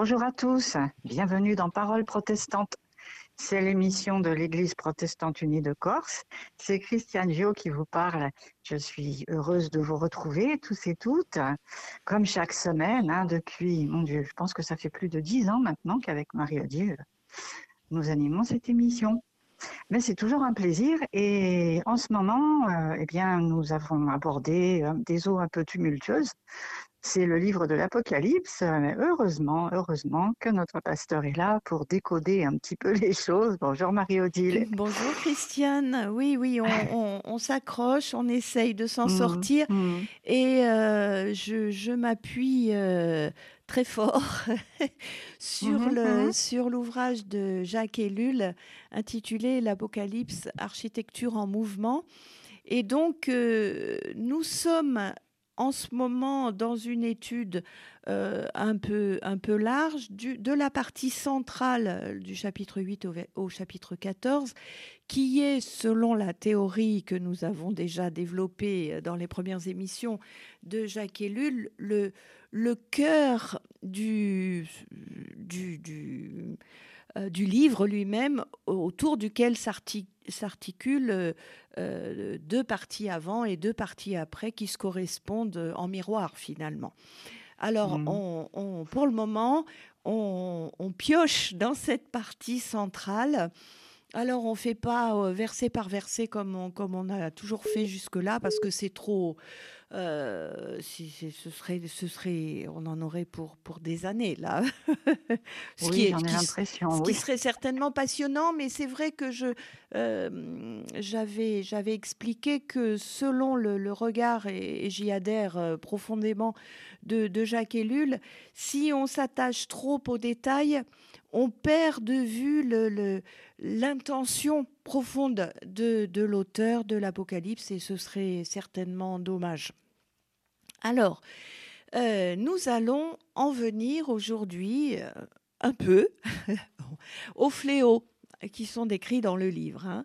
Bonjour à tous, bienvenue dans Paroles protestantes. C'est l'émission de l'Église protestante unie de Corse. C'est Christiane Gio qui vous parle. Je suis heureuse de vous retrouver tous et toutes, comme chaque semaine, depuis, mon Dieu, je pense que ça fait plus de 10 ans maintenant qu'avec Marie-Odile, nous animons cette émission. Mais c'est toujours un plaisir et en ce moment, nous avons abordé des eaux un peu tumultueuses. C'est le livre de l'Apocalypse, mais heureusement que notre pasteur est là pour décoder un petit peu les choses. Bonjour Marie-Odile. Bonjour Christiane, oui, on s'accroche, on essaye de s'en sortir et je m'appuie très fort sur l'ouvrage de Jacques Ellul intitulé L'Apocalypse, architecture en mouvement. Et donc nous sommes en ce moment dans une étude un peu large de la partie centrale du chapitre 8 au chapitre 14, qui est, selon la théorie que nous avons déjà développée dans les premières émissions de Jacques Ellul, le cœur du livre lui-même, autour duquel s'articulent deux parties avant et deux parties après qui se correspondent en miroir finalement. Alors, pour le moment, on pioche dans cette partie centrale. Alors, on ne fait pas verset par verset comme on a toujours fait jusque-là, parce que c'est trop... ce serait, on en aurait pour des années, là. J'en ai l'impression, Ce qui serait certainement passionnant, mais c'est vrai que j'avais expliqué que selon le regard, et j'y adhère profondément, de Jacques Ellul, si on s'attache trop aux détails, on perd de vue l'intention profonde de l'auteur de l'Apocalypse, et ce serait certainement dommage. Alors, nous allons en venir aujourd'hui un peu aux fléaux qui sont décrits dans le livre.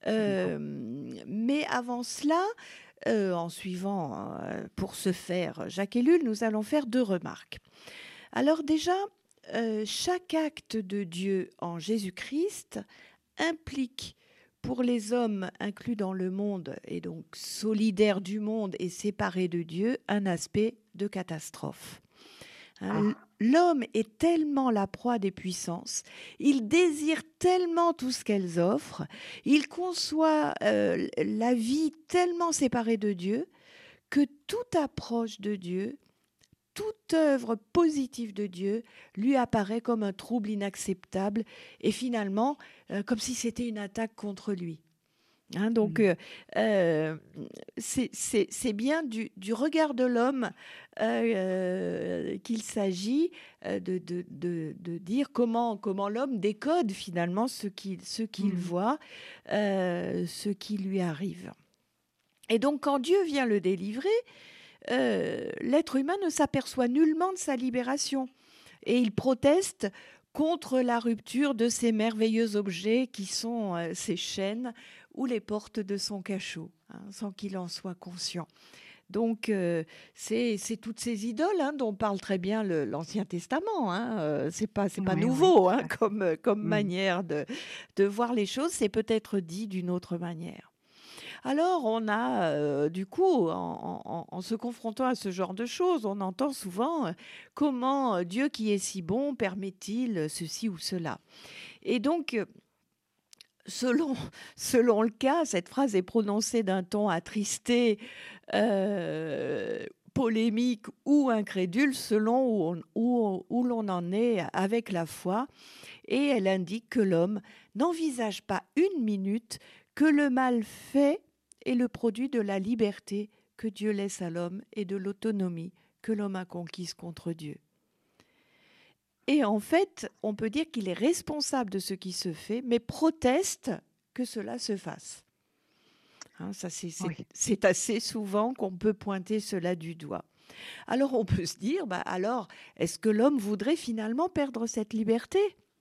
Mais avant cela, en suivant, pour ce faire, Jacques Ellul, nous allons faire deux remarques. Alors déjà, chaque acte de Dieu en Jésus-Christ implique pour les hommes inclus dans le monde et donc solidaires du monde et séparés de Dieu un aspect de catastrophe. L'homme est tellement la proie des puissances, il désire tellement tout ce qu'elles offrent, il conçoit la vie tellement séparée de Dieu que toute approche de Dieu, toute œuvre positive de Dieu lui apparaît comme un trouble inacceptable et finalement comme si c'était une attaque contre lui. Donc, c'est bien du regard de l'homme qu'il s'agit de dire comment l'homme décode finalement ce qu'il voit, ce qui lui arrive. Et donc, quand Dieu vient le délivrer, l'être humain ne s'aperçoit nullement de sa libération. Et il proteste contre la rupture de ces merveilleux objets qui sont ses chaînes ou les portes de son cachot, sans qu'il en soit conscient. Donc, c'est toutes ces idoles dont parle très bien l'Ancien Testament. C'est pas nouveau comme manière de voir les choses. C'est peut-être dit d'une autre manière. Alors, on a, du coup, en se confrontant à ce genre de choses, on entend souvent comment Dieu qui est si bon permet-il ceci ou cela. Et donc, selon le cas, cette phrase est prononcée d'un ton attristé, polémique ou incrédule, selon où l'on en est avec la foi. Et elle indique que l'homme n'envisage pas une minute que le mal fait est le produit de la liberté que Dieu laisse à l'homme et de l'autonomie que l'homme a conquise contre Dieu. Et en fait, on peut dire qu'il est responsable de ce qui se fait, mais proteste que cela se fasse. C'est assez souvent qu'on peut pointer cela du doigt. Alors on peut se dire, alors, est-ce que l'homme voudrait finalement perdre cette liberté ?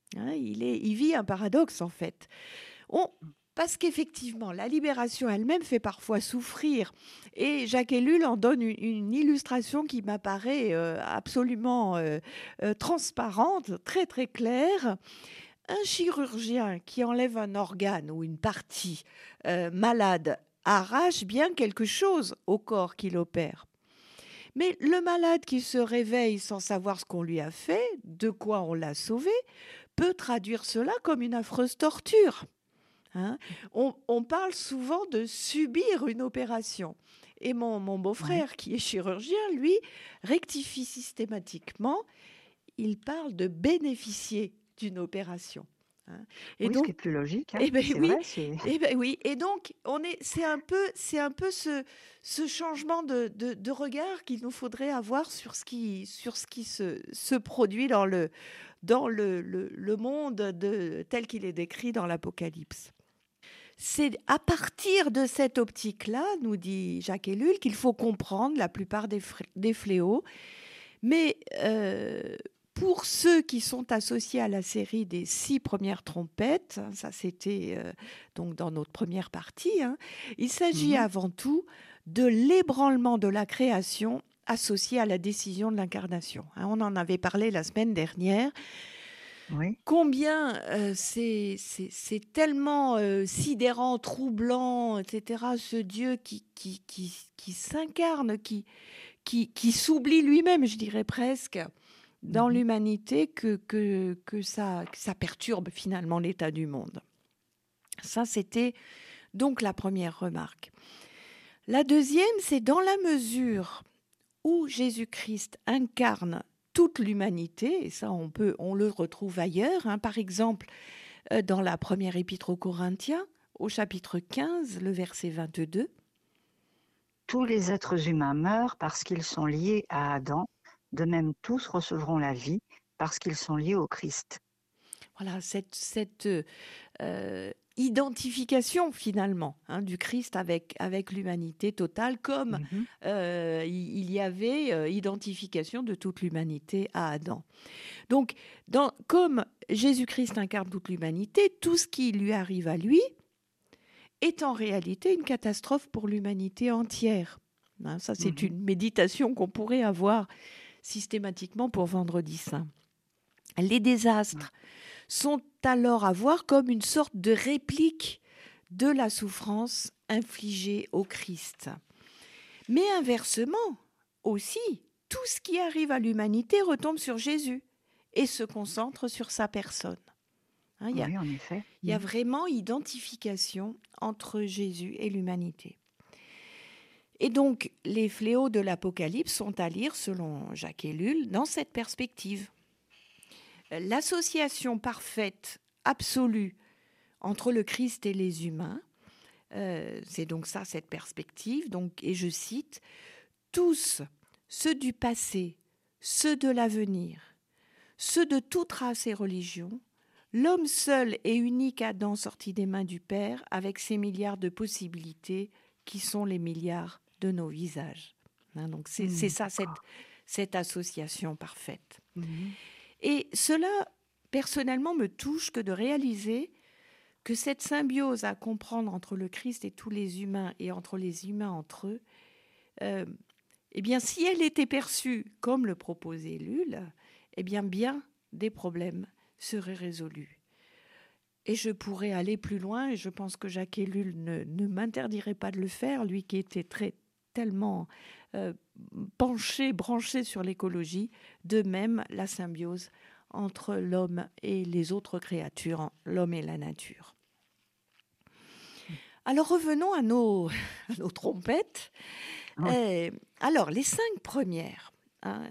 Il vit un paradoxe en fait. Parce qu'effectivement, la libération elle-même fait parfois souffrir. Et Jacques Ellul en donne une illustration qui m'apparaît absolument transparente, très très claire. Un chirurgien qui enlève un organe ou une partie malade arrache bien quelque chose au corps qu'il opère. Mais le malade qui se réveille sans savoir ce qu'on lui a fait, de quoi on l'a sauvé, peut traduire cela comme une affreuse torture. Hein, on parle souvent de subir une opération. Et mon beau-frère, qui est chirurgien, lui, rectifie systématiquement. Il parle de bénéficier d'une opération. Hein. Et oui, donc, ce qui est plus logique. Hein. Eh ben, c'est oui, vrai, oui. Et donc, c'est un peu ce changement de regard qu'il nous faudrait avoir sur ce qui se produit dans le monde tel qu'il est décrit dans l'Apocalypse. C'est à partir de cette optique-là, nous dit Jacques Ellul, qu'il faut comprendre la plupart des fléaux. Mais pour ceux qui sont associés à la série des 6 premières trompettes, ça c'était donc dans notre première partie, hein, il s'agit avant tout de l'ébranlement de la création associé à la décision de l'incarnation. Hein, on en avait parlé la semaine dernière. Oui. Combien c'est tellement sidérant, troublant, etc. Ce Dieu qui s'incarne, qui s'oublie lui-même, je dirais presque, dans l'humanité, que ça perturbe finalement l'état du monde. Ça, c'était donc la première remarque. La deuxième, c'est dans la mesure où Jésus-Christ incarne toute l'humanité, et ça on le retrouve ailleurs, hein, par exemple dans la première épître aux Corinthiens, au chapitre 15, le verset 22. Tous les êtres humains meurent parce qu'ils sont liés à Adam, de même tous recevront la vie parce qu'ils sont liés au Christ. Voilà, cette identification finalement, hein, du Christ avec l'humanité totale, comme il y avait identification de toute l'humanité à Adam. Donc, comme Jésus-Christ incarne toute l'humanité, tout ce qui lui arrive à lui est en réalité une catastrophe pour l'humanité entière. Hein, ça, c'est une méditation qu'on pourrait avoir systématiquement pour Vendredi Saint. Les désastres sont alors à voir comme une sorte de réplique de la souffrance infligée au Christ. Mais inversement, aussi, tout ce qui arrive à l'humanité retombe sur Jésus et se concentre sur sa personne. Hein, oui, en effet. Il y a vraiment identification entre Jésus et l'humanité. Et donc, les fléaux de l'Apocalypse sont à lire, selon Jacques Ellul, dans cette perspective. L'association parfaite, absolue, entre le Christ et les humains, c'est donc ça, cette perspective. Donc, et je cite, « Tous, ceux du passé, ceux de l'avenir, ceux de toute race et religion, l'homme seul et unique Adam sorti des mains du Père, avec ses milliards de possibilités qui sont les milliards de nos visages. » Hein, donc c'est ça, cette association parfaite. Et cela, personnellement, me touche que de réaliser que cette symbiose à comprendre entre le Christ et tous les humains et entre les humains entre eux, eh bien, si elle était perçue comme le proposait Ellul, eh bien des problèmes seraient résolus. Et je pourrais aller plus loin, et je pense que Jacques Ellul ne m'interdirait pas de le faire, lui qui était tellement branché sur l'écologie, de même la symbiose entre l'homme et les autres créatures, l'homme et la nature. Alors revenons à nos trompettes. Oui. Alors les 5 premières, hein,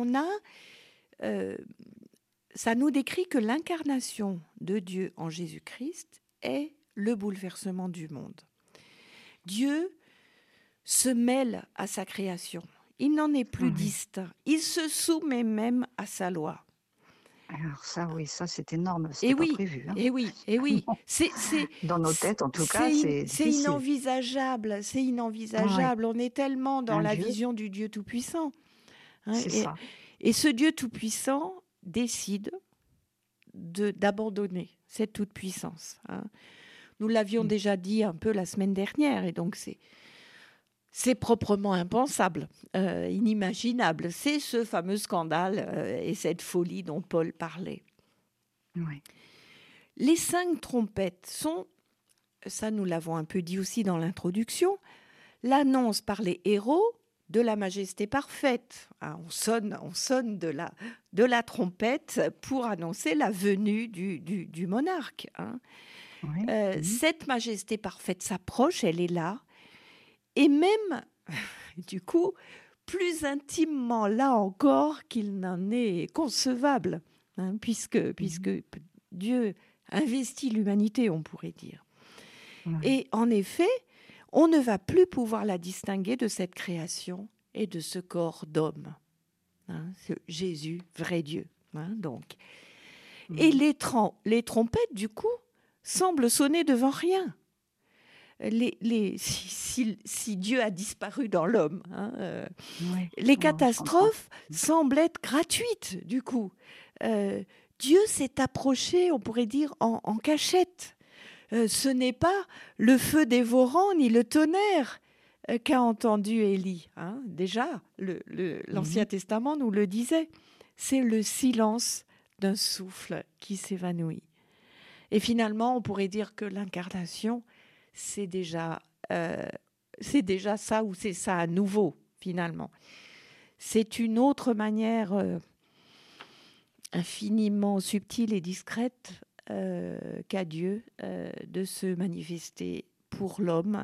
ça nous décrit que l'incarnation de Dieu en Jésus-Christ est le bouleversement du monde. Dieu se mêle à sa création. Il n'en est plus distinct. Il se soumet même à sa loi. Alors ça, oui, ça c'est énorme. C'était pas prévu. Hein. Et oui. Dans nos têtes, en tout cas, c'est inenvisageable. C'est inenvisageable. Ouais. On est tellement dans la vision du Dieu Tout-Puissant. Hein, c'est ça. Et ce Dieu Tout-Puissant décide d'abandonner cette toute-puissance. Hein. Nous l'avions déjà dit un peu la semaine dernière, et donc c'est proprement impensable, inimaginable. C'est ce fameux scandale et cette folie dont Paul parlait. Oui. Les 5 trompettes sont, ça nous l'avons un peu dit aussi dans l'introduction, l'annonce par les héros de la majesté parfaite. On sonne de la trompette pour annoncer la venue du monarque. Oui. Cette majesté parfaite s'approche, elle est là, et même, du coup, plus intimement là encore qu'il n'en est concevable, puisque Dieu investit l'humanité, on pourrait dire. Oui. Et en effet, on ne va plus pouvoir la distinguer de cette création et de ce corps d'homme. Ce Jésus, vrai Dieu. Donc. Et les trompettes, du coup, semblent sonner devant rien. Si Dieu a disparu dans l'homme, les catastrophes semblent être gratuites, du coup. Dieu s'est approché, on pourrait dire, en cachette. Ce n'est pas le feu dévorant ni le tonnerre qu'a entendu Élie. Déjà, l'Ancien Testament nous le disait. C'est le silence d'un souffle qui s'évanouit. Et finalement, on pourrait dire que l'incarnation, c'est déjà ça, ou c'est ça à nouveau, finalement. C'est une autre manière infiniment subtile et discrète qu'a Dieu de se manifester pour l'homme.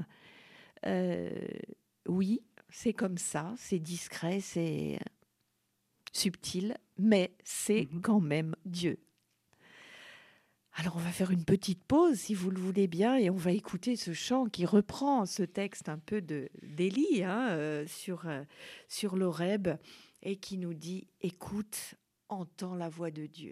Oui, c'est comme ça, c'est discret, c'est subtil, mais c'est quand même Dieu. Alors on va faire une petite pause, si vous le voulez bien, et on va écouter ce chant qui reprend ce texte un peu d'Élie sur l'Horeb, et qui nous dit « Écoute, entends la voix de Dieu ».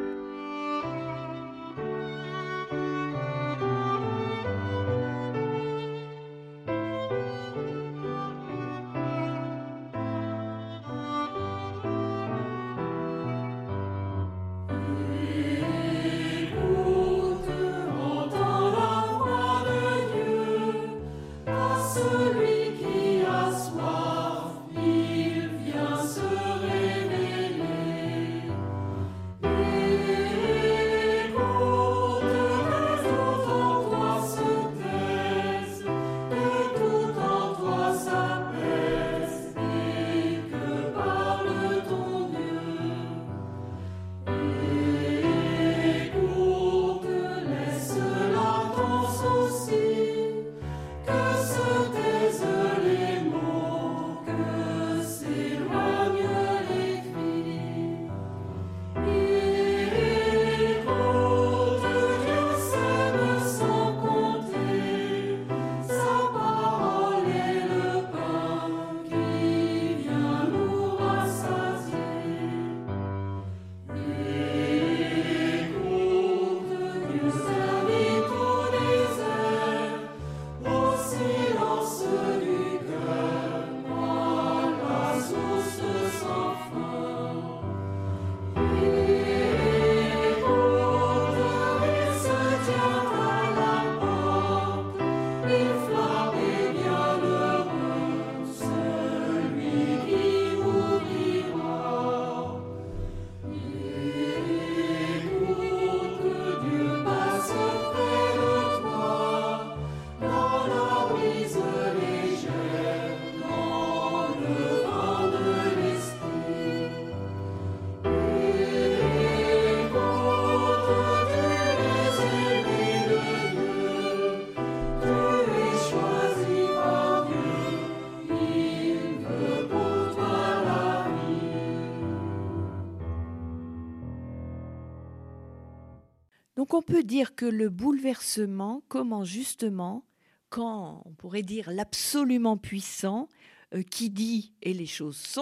Donc on peut dire que le bouleversement commence justement quand, on pourrait dire, l'absolument puissant, qui dit « et les choses sont »,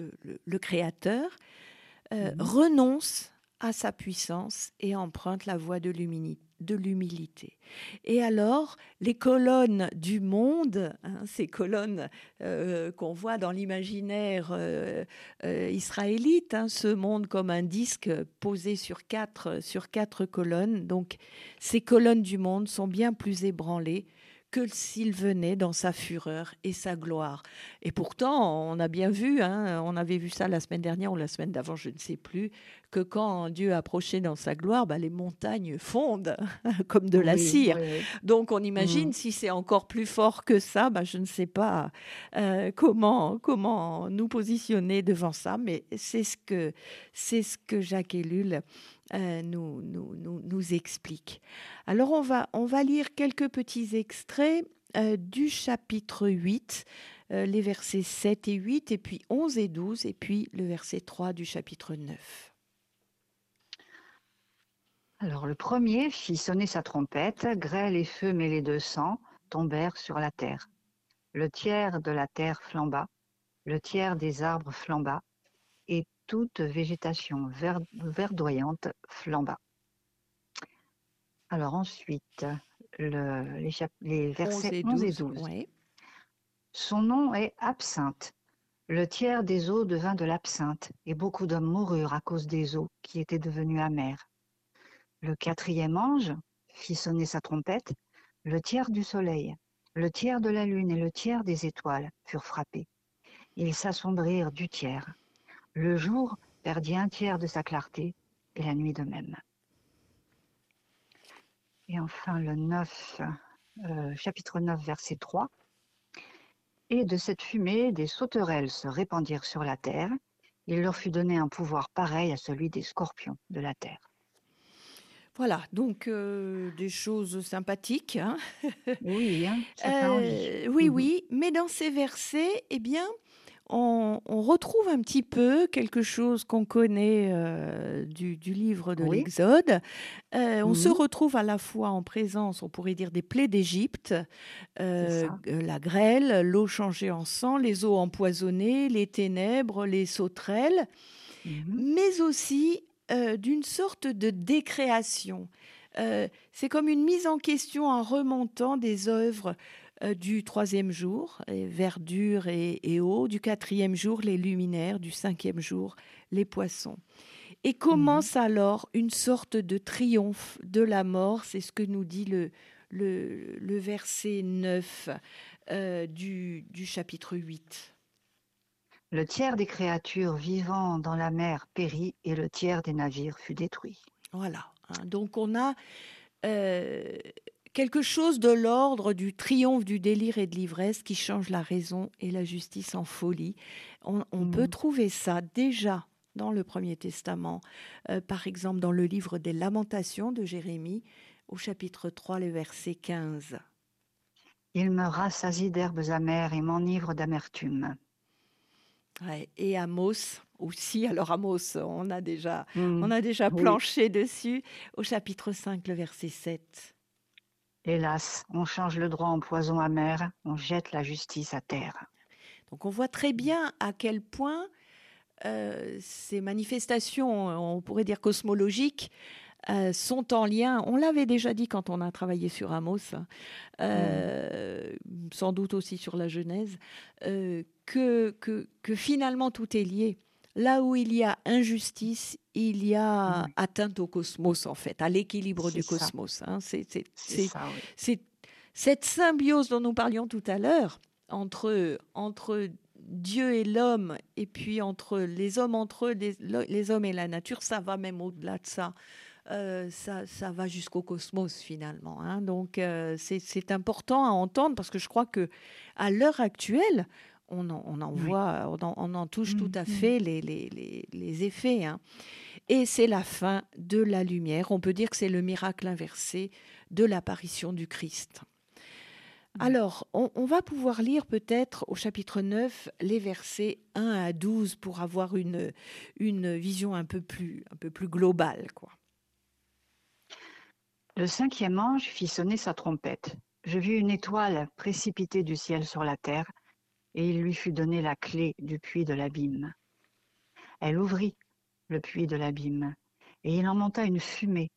le Créateur, renonce à sa puissance et emprunte la voie de de l'humilité. Et alors, les colonnes du monde, hein, ces colonnes qu'on voit dans l'imaginaire israélite, hein, ce monde comme un disque posé sur quatre colonnes. Donc, ces colonnes du monde sont bien plus ébranlées que s'il venait dans sa fureur et sa gloire. Et pourtant, on a bien vu, hein, on avait vu ça la semaine dernière ou la semaine d'avant, je ne sais plus, que quand Dieu approchait dans sa gloire, bah, les montagnes fondent comme de la Oui, cire. oui, oui. Donc on imagine Mm. si c'est encore plus fort que ça, bah, je ne sais pas comment nous positionner devant ça, mais c'est ce que Jacques Ellul nous explique. Alors on va lire quelques petits extraits du chapitre 8, les versets 7 et 8, et puis 11 et 12, et puis le verset 3 du chapitre 9. Alors le premier fit sonner sa trompette, grêle et feu mêlés de sang tombèrent sur la terre. Le tiers de la terre flamba, le tiers des arbres flamba, et toute végétation verdoyante flamba. Alors ensuite, les 11 versets et 11 et 12, 12. ouais. Son nom est absinthe. Le tiers des eaux devint de l'absinthe, et beaucoup d'hommes moururent à cause des eaux qui étaient devenues amères. Le quatrième ange fit sonner sa trompette, le tiers du soleil, le tiers de la lune et le tiers des étoiles furent frappés. Ils s'assombrirent du tiers. Le jour perdit un tiers de sa clarté, et la nuit de même. Et enfin chapitre 9, verset 3. Et de cette fumée, des sauterelles se répandirent sur la terre. Il leur fut donné un pouvoir pareil à celui des scorpions de la terre. Voilà, donc des choses sympathiques, hein. Oui, hein, ça fait envie. Oui, oui, mais dans ces versets, eh bien, on retrouve un petit peu quelque chose qu'on connaît du livre de Oui. l'Exode. On se Mhm. retrouve à la fois en présence, on pourrait dire, des plaies d'Égypte, C'est ça. la grêle, l'eau changée en sang, les eaux empoisonnées, les ténèbres, les sauterelles, Mhm. mais aussi d'une sorte de décréation. C'est comme une mise en question en remontant des œuvres du troisième jour, verdure et eau, du quatrième jour, les luminaires, du cinquième jour, les poissons. Et Mhm. commence alors une sorte de triomphe de la mort, c'est ce que nous dit le verset 9 du chapitre 8. Le tiers des créatures vivant dans la mer périt et le tiers des navires fut détruit. Voilà, hein. Donc on a euh, quelque chose de l'ordre du triomphe du délire et de l'ivresse qui change la raison et la justice en folie. On peut Mhm. trouver ça déjà dans le Premier Testament, par exemple dans le livre des Lamentations de Jérémie, au chapitre 3, le verset 15. Il me rassasie d'herbes amères et m'enivre d'amertume. Ouais, et Amos aussi. Alors Amos, on Mhm. a déjà Oui, planché dessus, au chapitre 5, le verset 7. hélas, on change le droit en poison amer, on jette la justice à terre. Donc on voit très bien à quel point ces manifestations, on pourrait dire cosmologiques, sont en lien, on l'avait déjà dit quand on a travaillé sur Amos, Mhm. sans doute aussi sur la Genèse, que finalement tout est lié. Là où il y a injustice, il y a Oui, atteinte au cosmos, en fait, à l'équilibre c'est du ça, cosmos, hein. c'est ça, oui. C'est cette symbiose dont nous parlions tout à l'heure entre Dieu et l'homme, et puis entre les hommes entre eux, les hommes et la nature, ça va même au-delà de ça. Ça va jusqu'au cosmos finalement, hein. Donc c'est important à entendre parce que je crois que à l'heure actuelle, on en Oui. voit, on en touche tout à Mhm. fait les effets, hein. Et c'est la fin de la lumière. On peut dire que c'est le miracle inversé de l'apparition du Christ. Oui. Alors, on va pouvoir lire peut-être au chapitre 9 les versets 1 à 12 pour avoir une vision un peu plus globale, quoi. Le cinquième ange fit sonner sa trompette. Je vis une étoile précipitée du ciel sur la terre, et il lui fut donné la clé du puits de l'abîme. Elle ouvrit le puits de l'abîme, et il en monta une fumée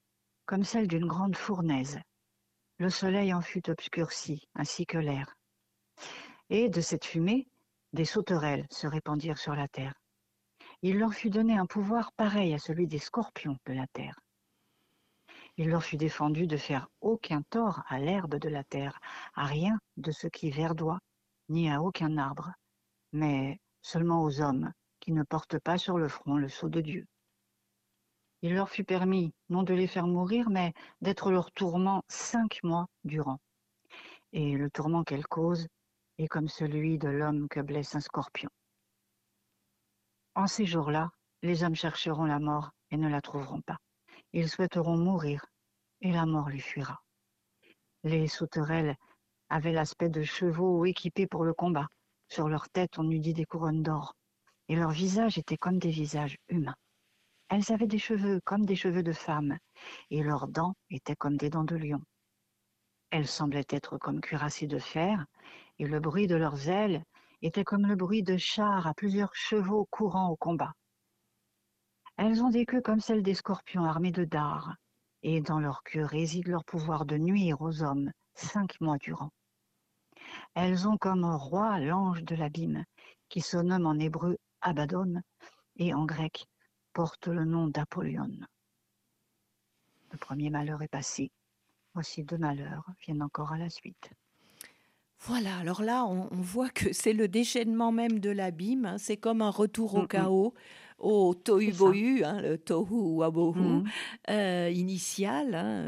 comme celle d'une grande fournaise. Le soleil en fut obscurci, ainsi que l'air. Et de cette fumée, des sauterelles se répandirent sur la terre. Il leur fut donné un pouvoir pareil à celui des scorpions de la terre. Il leur fut défendu de faire aucun tort à l'herbe de la terre, à rien de ce qui verdoie, ni à aucun arbre, mais seulement aux hommes qui ne portent pas sur le front le sceau de Dieu. Il leur fut permis non de les faire mourir, mais d'être leur tourment 5 mois durant. Et le tourment qu'elle cause est comme celui de l'homme que blesse un scorpion. En ces jours-là, les hommes chercheront la mort et ne la trouveront pas. Ils souhaiteront mourir et la mort lui fuira. Les sauterelles avaient l'aspect de chevaux équipés pour le combat. Sur leur tête, on eût dit des couronnes d'or, et leurs visages étaient comme des visages humains. Elles avaient des cheveux comme des cheveux de femmes, et leurs dents étaient comme des dents de lion. Elles semblaient être comme cuirassées de fer, et le bruit de leurs ailes était comme le bruit de chars à plusieurs chevaux courant au combat. Elles ont des queues comme celles des scorpions armés de dards, et dans leur queue réside leur pouvoir de nuire aux hommes 5 mois durant. Elles ont comme un roi l'ange de l'abîme, qui se nomme en hébreu Abaddon, et en grec porte le nom d'Apollyon. Le premier malheur est passé. Voici 2 malheurs viennent encore à la suite. Voilà, alors là, on voit que c'est le déchaînement même de l'abîme, hein. C'est comme un retour au chaos, au tohu-bohu, hein, le tohu wabohu initial, hein,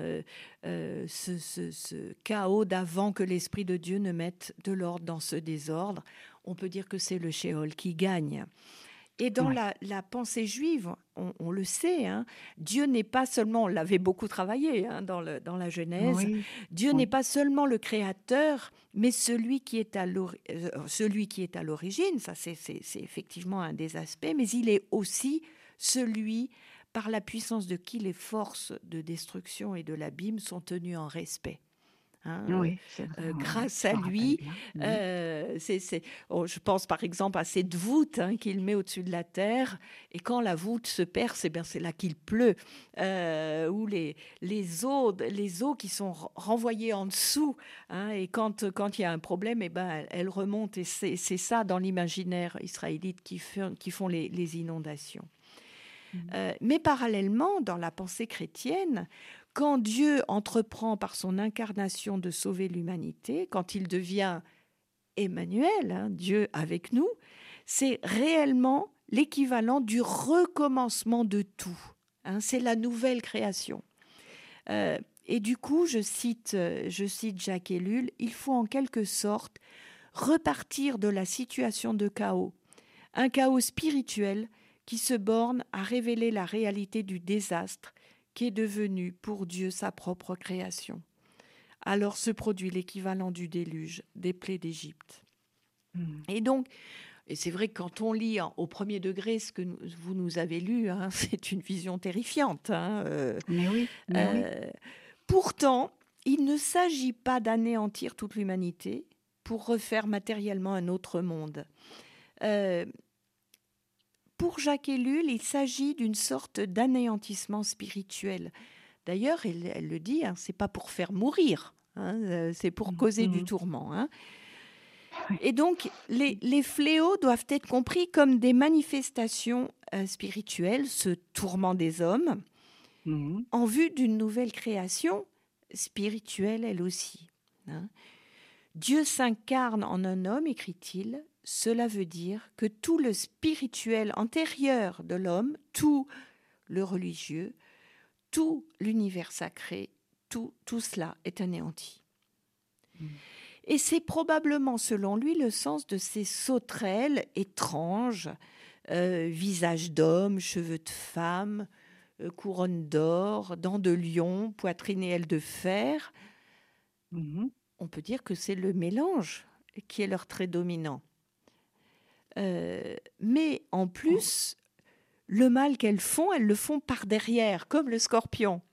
ce chaos d'avant que l'Esprit de Dieu ne mette de l'ordre dans ce désordre. On peut dire que c'est le Sheol qui gagne. Et dans la pensée juive, on le sait, hein, Dieu n'est pas seulement, on l'avait beaucoup travaillé hein, dans la Genèse, Dieu n'est pas seulement le créateur, mais celui qui est à l'origine, ça c'est effectivement un des aspects, mais il est aussi celui par la puissance de qui les forces de destruction et de l'abîme sont tenues en respect. Hein, grâce à lui, je pense par exemple à cette voûte hein, qu'il met au-dessus de la terre, et quand la voûte se perce, c'est là qu'il pleut, ou les eaux qui sont renvoyées en dessous, hein, et quand il y a un problème, elles remontent, et c'est ça dans l'imaginaire israélite qui font les inondations. Mais parallèlement, dans la pensée chrétienne, quand Dieu entreprend par son incarnation de sauver l'humanité, quand il devient Emmanuel, hein, Dieu avec nous, c'est réellement l'équivalent du recommencement de tout. Hein, c'est la nouvelle création. Et du coup, je cite Jacques Ellul, il faut en quelque sorte repartir de la situation de chaos, un chaos spirituel qui se borne à révéler la réalité du désastre qui est devenu pour Dieu sa propre création. Alors se produit l'équivalent du déluge, des plaies d'Égypte. Et donc, et c'est vrai que quand on lit au premier degré ce que vous nous avez lu, hein, c'est une vision terrifiante. Hein, mais oui. Pourtant, il ne s'agit pas d'anéantir toute l'humanité pour refaire matériellement un autre monde. Pour Jacques Ellul, il s'agit d'une sorte d'anéantissement spirituel. D'ailleurs, elle le dit, hein, c'est pas pour faire mourir, hein, c'est pour causer du tourment. Hein. Et donc, les fléaux doivent être compris comme des manifestations spirituelles, ce tourment des hommes, en vue d'une nouvelle création spirituelle, elle aussi. Hein. Dieu s'incarne en un homme, écrit-il. Cela veut dire que tout le spirituel antérieur de l'homme, tout le religieux, tout l'univers sacré, tout cela est anéanti. Et c'est probablement, selon lui, le sens de ces sauterelles étranges, visage d'homme, cheveux de femme, couronne d'or, dents de lion, poitrine et ailes de fer. On peut dire que c'est le mélange qui est leur trait dominant. Mais en plus, le mal qu'elles le font par derrière, comme le scorpion.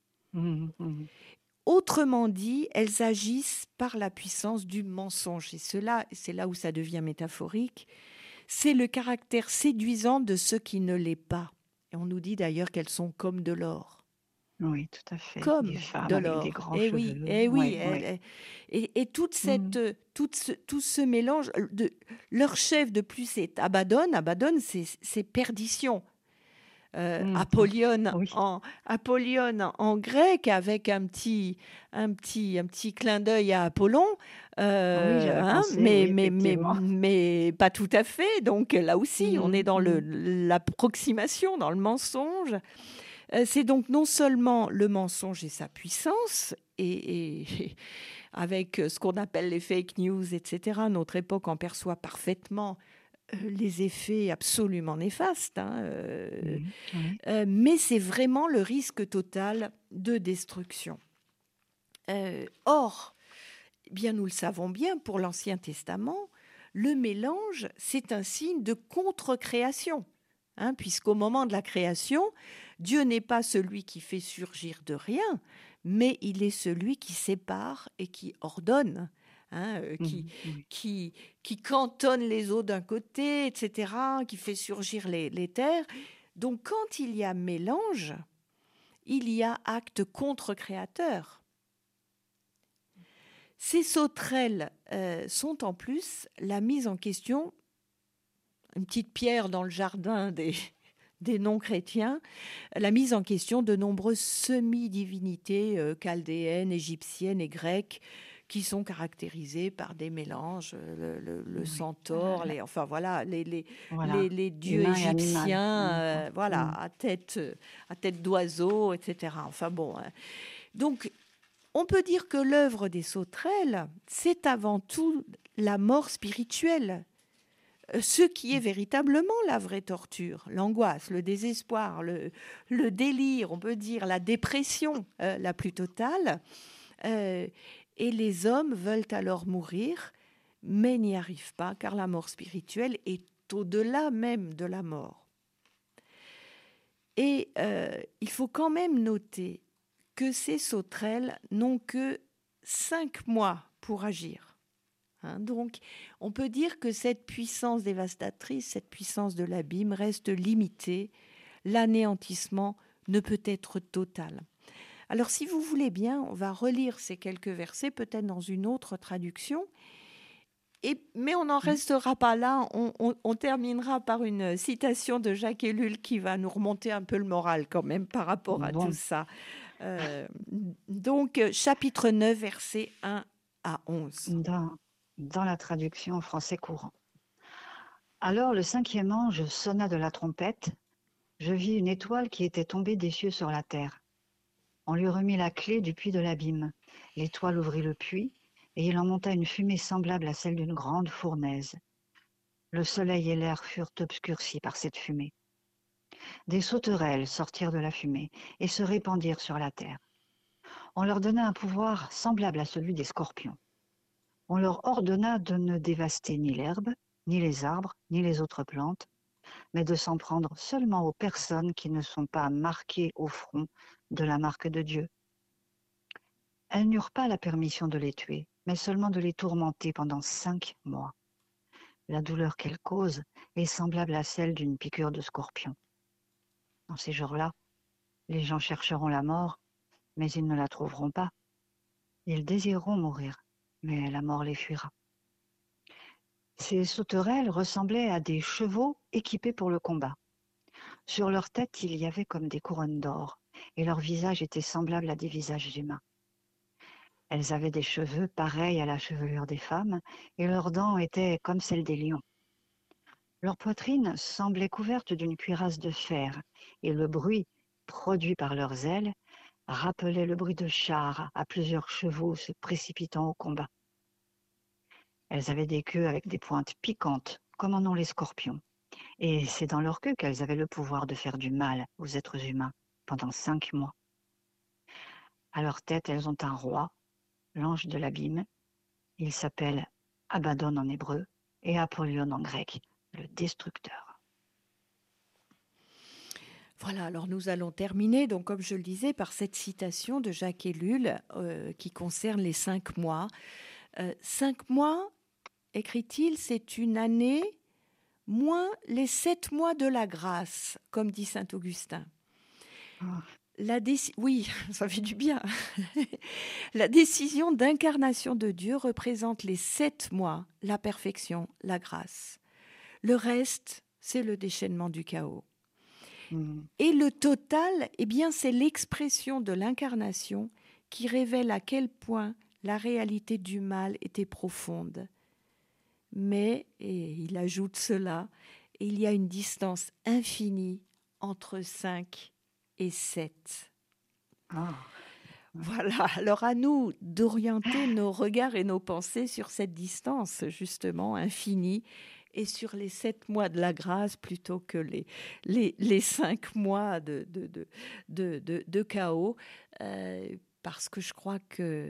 Autrement dit, elles agissent par la puissance du mensonge. Et cela, c'est là où ça devient métaphorique. C'est le caractère séduisant de ce qui ne l'est pas. Et on nous dit d'ailleurs qu'elles sont comme de l'or. Oui, tout à fait. Des comme femmes de avec des l'or. grands Eh oui, cheveux. eh oui. Oui, oui. Et Mm. tout ce mélange, leur chef de plus c'est Abaddon. Abaddon, c'est perdition. Mm. Oui, Apollyon en grec avec un petit clin d'œil à Apollon, oui, j'avais hein, pensé, oui, effectivement. mais pas tout à fait. Donc là aussi, on est Mm, dans mm. l'approximation, dans le mensonge. C'est donc non seulement le mensonge et sa puissance, et avec ce qu'on appelle les fake news, etc., notre époque en perçoit parfaitement les effets absolument néfastes, hein, Mhm. Oui. mais c'est vraiment le risque total de destruction. Or, eh bien, nous le savons bien, pour l'Ancien Testament, le mélange, c'est un signe de contre-création. Hein, puisqu'au moment de la création, Dieu n'est pas celui qui fait surgir de rien, mais il est celui qui sépare et qui ordonne, hein, Mhm. Oui. qui cantonne les eaux d'un côté, etc., qui fait surgir les terres. Donc quand il y a mélange, il y a acte contre-créateur. Ces sauterelles sont en plus la mise en question, une petite pierre dans le jardin des non-chrétiens, la mise en question de nombreuses semi-divinités chaldéennes, égyptiennes et grecques qui sont caractérisées par des mélanges, le Oui. centaure, enfin voilà, Voilà, les dieux humain et animal en égyptiens, même temps. voilà, Mm. à tête d'oiseau, etc. Enfin bon, donc on peut dire que l'œuvre des sauterelles, c'est avant tout la mort spirituelle, ce qui est véritablement la vraie torture, l'angoisse, le désespoir, le délire, on peut dire la dépression la plus totale. Euh, et les hommes veulent alors mourir, mais n'y arrivent pas, car la mort spirituelle est au-delà même de la mort. Et il faut quand même noter que ces sauterelles n'ont que 5 mois pour agir. Hein, donc, on peut dire que cette puissance dévastatrice, cette puissance de l'abîme reste limitée. L'anéantissement ne peut être total. Alors, si vous voulez bien, on va relire ces quelques versets, peut-être dans une autre traduction. Mais on n'en Mm. restera pas là. On terminera par une citation de Jacques Ellul qui va nous remonter un peu le moral quand même par rapport à tout Bon, ça. Euh, donc, chapitre 9, versets 1 à 11. dans la traduction en français courant. Alors le 5e ange sonna de la trompette. Je vis une étoile qui était tombée des cieux sur la terre. On lui remit la clé du puits de l'abîme. L'étoile ouvrit le puits, et il en monta une fumée semblable à celle d'une grande fournaise. Le soleil et l'air furent obscurcis par cette fumée. Des sauterelles sortirent de la fumée et se répandirent sur la terre. On leur donna un pouvoir semblable à celui des scorpions. On leur ordonna de ne dévaster ni l'herbe, ni les arbres, ni les autres plantes, mais de s'en prendre seulement aux personnes qui ne sont pas marquées au front de la marque de Dieu. Elles n'eurent pas la permission de les tuer, mais seulement de les tourmenter pendant 5 mois. La douleur qu'elles causent est semblable à celle d'une piqûre de scorpion. Dans ces jours-là, les gens chercheront la mort, mais ils ne la trouveront pas. Ils désireront mourir, mais la mort les fuira. Ces sauterelles ressemblaient à des chevaux équipés pour le combat. Sur leur tête, il y avait comme des couronnes d'or, et leur visage était semblable à des visages humains. Elles avaient des cheveux pareils à la chevelure des femmes, et leurs dents étaient comme celles des lions. Leur poitrine semblait couverte d'une cuirasse de fer, et le bruit produit par leurs ailes rappelait le bruit de chars à plusieurs chevaux se précipitant au combat. Elles avaient des queues avec des pointes piquantes, comme en ont les scorpions, et c'est dans leur queue qu'elles avaient le pouvoir de faire du mal aux êtres humains pendant 5 mois. À leur tête, elles ont un roi, l'ange de l'abîme. Il s'appelle Abaddon en hébreu et Apollyon en grec, le destructeur. Voilà, alors nous allons terminer, donc comme je le disais, par cette citation de Jacques Ellul qui concerne les 5 mois. 5 mois, écrit-il, c'est une année moins les 7 mois de la grâce, comme dit saint Augustin. Oui, ça fait du bien. La décision d'incarnation de Dieu représente les 7 mois, la perfection, la grâce. Le reste, c'est le déchaînement du chaos. Et le total, eh bien, c'est l'expression de l'incarnation qui révèle à quel point la réalité du mal était profonde. Mais, et il ajoute cela, il y a une distance infinie entre 5 et 7. Voilà, alors à nous d'orienter nos regards et nos pensées sur cette distance, justement, infinie, et sur les 7 mois de la grâce plutôt que les 5 mois de chaos, parce que je crois que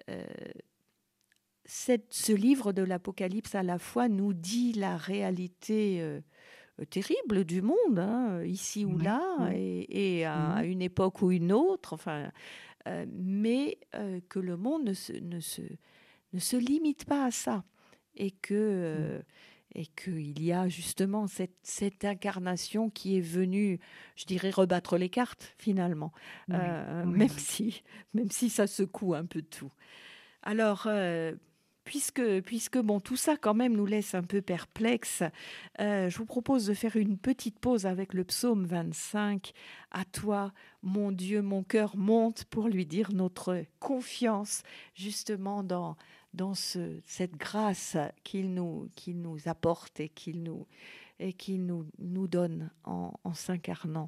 ce livre de l'Apocalypse à la fois nous dit la réalité terrible du monde, hein, ici ou là, et à une époque ou une autre, enfin, mais que le monde ne se limite pas à ça, et qu'il y a justement cette incarnation qui est venue, je dirais, rebattre les cartes finalement, même si ça secoue un peu tout. Alors, puisque bon, tout ça quand même nous laisse un peu perplexes, je vous propose de faire une petite pause avec le psaume 25. À toi, mon Dieu, mon cœur monte, pour lui dire notre confiance justement dans cette grâce qu'il nous apporte et qu'il nous donne en s'incarnant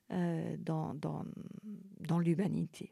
dans l'humanité.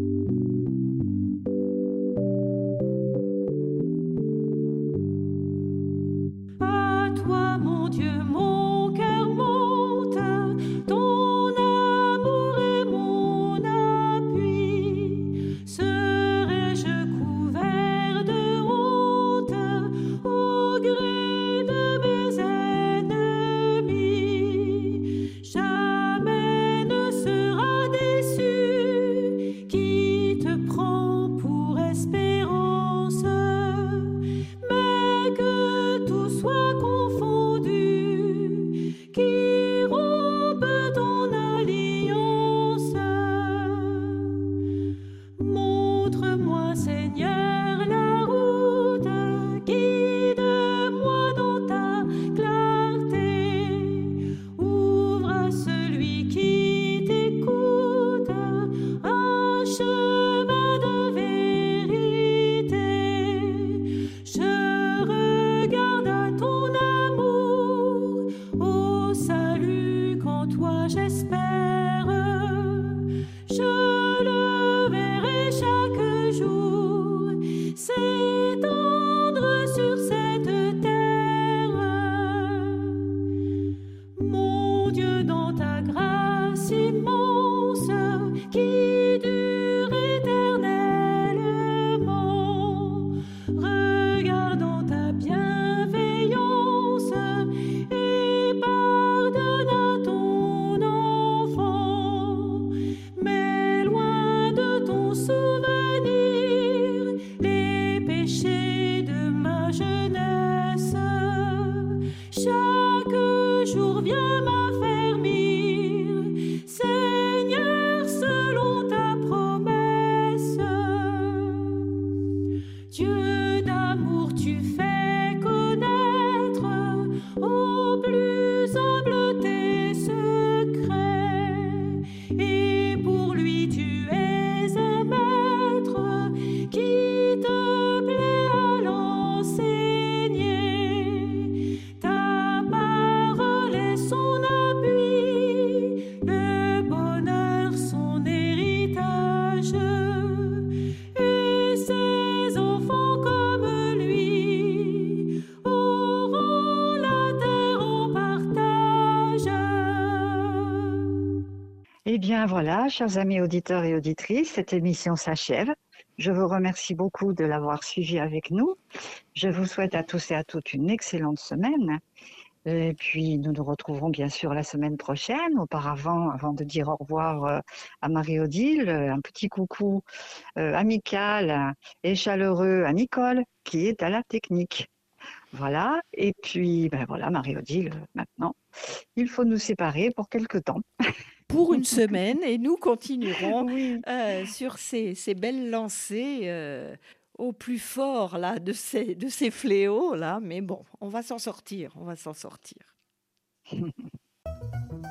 Eh bien voilà, chers amis auditeurs et auditrices, cette émission s'achève. Je vous remercie beaucoup de l'avoir suivi avec nous. Je vous souhaite à tous et à toutes une excellente semaine. Et puis, nous nous retrouverons bien sûr la semaine prochaine. Auparavant, avant de dire au revoir à Marie-Odile, un petit coucou amical et chaleureux à Nicole, qui est à la technique. Voilà. Et puis, ben voilà, Marie-Odile, maintenant, il faut nous séparer pour quelque temps. pour une semaine et nous continuerons Oui. sur ces belles lancées au plus fort là, de ces fléaux. Là. Mais bon, on va s'en sortir, on va s'en sortir.